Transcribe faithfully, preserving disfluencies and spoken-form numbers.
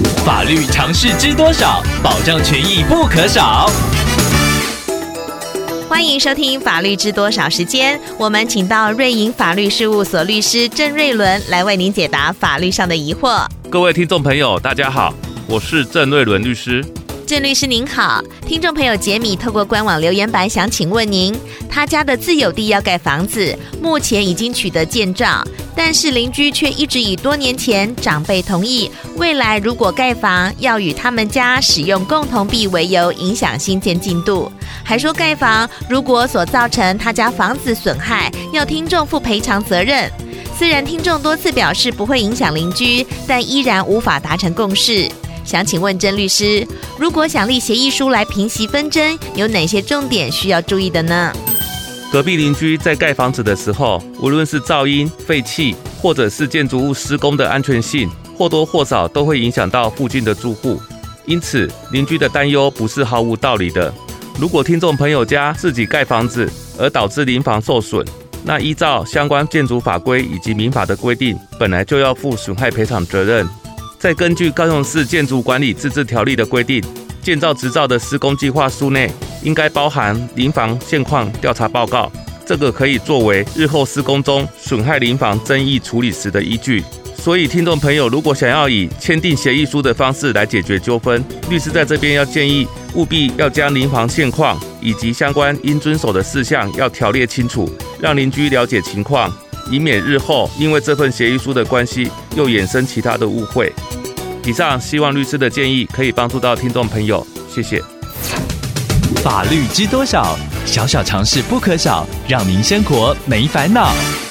法律常识知多少？保障权益不可少。 欢迎收听法律知多少时间，我们请到瑞银法律事务所律师郑瑞伦来为您解答法律上的疑惑。 各位听众朋友大家好，我是郑瑞伦律师。 郑律师您好，听众朋友杰米透过官网留言板想请问您，他家的自有地要盖房子，目前已经取得建照，但是邻居却一直以多年前长辈同意未来如果盖房要与他们家使用共同壁为由，影响新建进度，还说盖房如果所造成他家房子损害，要听众负赔偿责任。虽然听众多次表示不会影响邻居，但依然无法达成共识。想请问郑律师，如果想立协议书来平息纷争，有哪些重点需要注意的呢？ 隔壁邻居在盖房子的时候，无论是噪音、废气，或者是建筑物施工的安全性，或多或少都会影响到附近的住户。因此，邻居的担忧不是毫无道理的。如果听众朋友家自己盖房子，而导致邻房受损，那依照相关建筑法规以及民法的规定，本来就要负损害赔偿责任。再根据高雄市建筑管理自治条例的规定，建造执照的施工计划书内应该包含邻房现况调查报告，这个可以作为日后施工中损害邻房争议处理时的依据。所以听众朋友如果想要以签订协议书的方式来解决纠纷，律师在这边要建议务必要将邻房现况以及相关应遵守的事项要条列清楚，让邻居了解情况，以免日后因为这份协议书的关系又衍生其他的误会。以上希望律师的建议可以帮助到听众朋友，谢谢。 法律知多少？小小常识不可少，让您生活没烦恼。